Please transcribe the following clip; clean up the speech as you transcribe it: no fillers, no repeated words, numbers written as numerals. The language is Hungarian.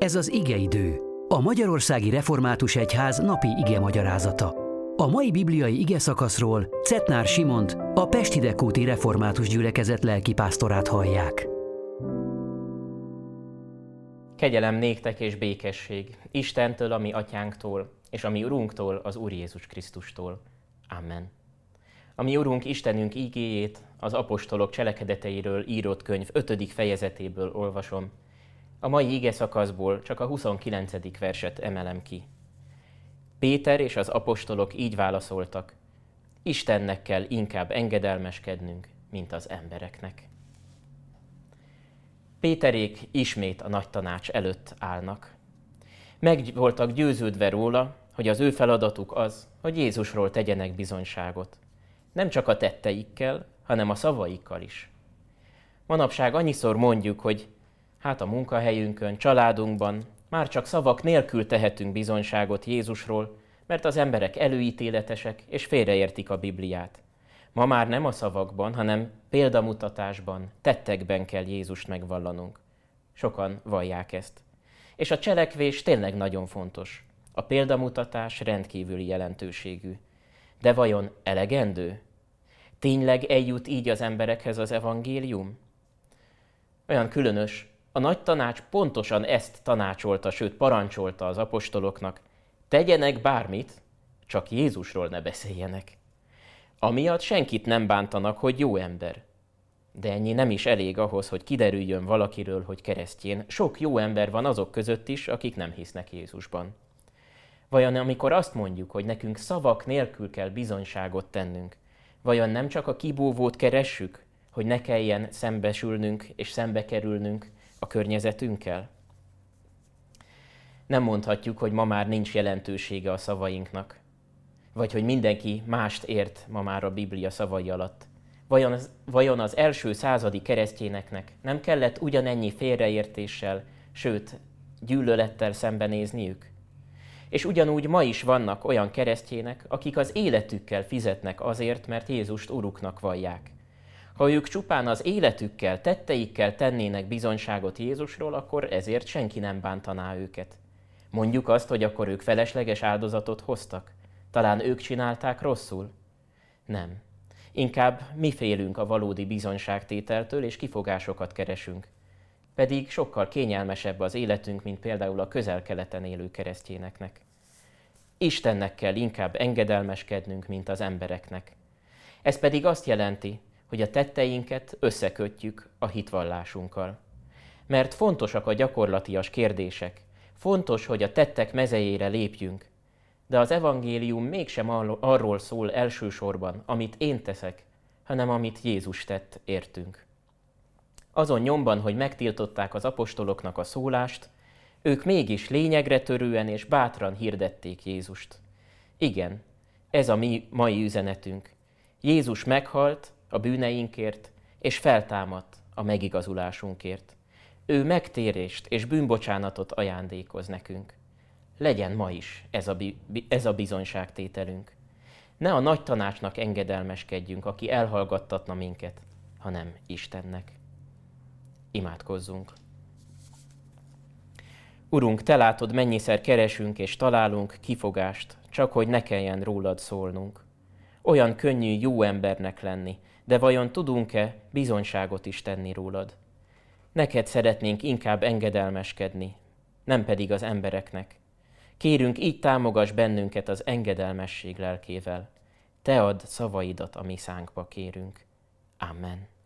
Ez az igeidő, a Magyarországi Református Egyház napi igemagyarázata. A mai bibliai igeszakaszról Cetnár Simont, a Pesti Dekóti Református Gyülekezet lelkipásztorát hallják. Kegyelem néktek és békesség Istentől, a mi atyánktól, és a mi Urunktól, az Úr Jézus Krisztustól. Amen. A mi Urunk Istenünk ígéjét az apostolok cselekedeteiről írott könyv 5. fejezetéből olvasom. A mai igeszakaszból csak a 29. verset emelem ki. Péter és az apostolok így válaszoltak: Istennek kell inkább engedelmeskednünk, mint az embereknek. Péterék ismét a nagy tanács előtt állnak. Meg voltak győződve róla, hogy az ő feladatuk az, hogy Jézusról tegyenek bizonyságot. Nem csak a tetteikkel, hanem a szavaikkal is. Manapság annyiszor mondjuk, hogy hát a munkahelyünkön, családunkban már csak szavak nélkül tehetünk bizonyságot Jézusról, mert az emberek előítéletesek és félreértik a Bibliát. Ma már nem a szavakban, hanem példamutatásban, tettekben kell Jézust megvallanunk. Sokan vallják ezt. És a cselekvés tényleg nagyon fontos. A példamutatás rendkívüli jelentőségű. De vajon elegendő? Tényleg eljut így az emberekhez az evangélium? Olyan különös, a nagy tanács pontosan ezt tanácsolta, sőt parancsolta az apostoloknak: tegyenek bármit, csak Jézusról ne beszéljenek. Amiatt senkit nem bántanak, hogy jó ember. De ennyi nem is elég ahhoz, hogy kiderüljön valakiről, hogy keresztjén. Sok jó ember van azok között is, akik nem hisznek Jézusban. Vajon amikor azt mondjuk, hogy nekünk szavak nélkül kell bizonyságot tennünk, vajon nem csak a kibúvót keressük, hogy ne kelljen szembesülnünk és szembe kerülnünk a környezetünkkel? Nem mondhatjuk, hogy ma már nincs jelentősége a szavainknak, vagy hogy mindenki mást ért ma már a Biblia szavai alatt. Vajon az első századi keresztényeknek nem kellett ugyanennyi félreértéssel, sőt, gyűlölettel szembenézniük? És ugyanúgy ma is vannak olyan keresztjének, akik az életükkel fizetnek azért, mert Jézust Uruknak vallják. Ha ők csupán az életükkel, tetteikkel tennének bizonyságot Jézusról, akkor ezért senki nem bántaná őket. Mondjuk azt, hogy akkor ők felesleges áldozatot hoztak? Talán ők csinálták rosszul? Nem. Inkább mi félünk a valódi bizonyságtételtől, és kifogásokat keresünk. Pedig sokkal kényelmesebb az életünk, mint például a Közel-Keleten élő keresztényeknek. Istennek kell inkább engedelmeskednünk, mint az embereknek. Ez pedig azt jelenti, hogy a tetteinket összekötjük a hitvallásunkkal. Mert fontosak a gyakorlatias kérdések, fontos, hogy a tettek mezejére lépjünk, de az evangélium mégsem arról szól elsősorban, amit én teszek, hanem amit Jézus tett értünk. Azon nyomban, hogy megtiltották az apostoloknak a szólást, ők mégis lényegre törően és bátran hirdették Jézust. Igen, ez a mi mai üzenetünk. Jézus meghalt a bűneinkért, és feltámadt a megigazulásunkért. Ő megtérést és bűnbocsánatot ajándékoz nekünk. Legyen ma is ez a bizonyságtételünk. Ne a nagy tanácsnak engedelmeskedjünk, aki elhallgattatna minket, hanem Istennek. Imádkozzunk. Urunk, Te látod, mennyiszer keresünk és találunk kifogást, csak hogy ne kelljen rólad szólnunk. Olyan könnyű jó embernek lenni, de vajon tudunk-e bizonyságot is tenni rólad? Neked szeretnénk inkább engedelmeskedni, nem pedig az embereknek. Kérünk, így támogass bennünket az engedelmesség lelkével. Te add szavaidat a mi szánkba, kérünk. Amen.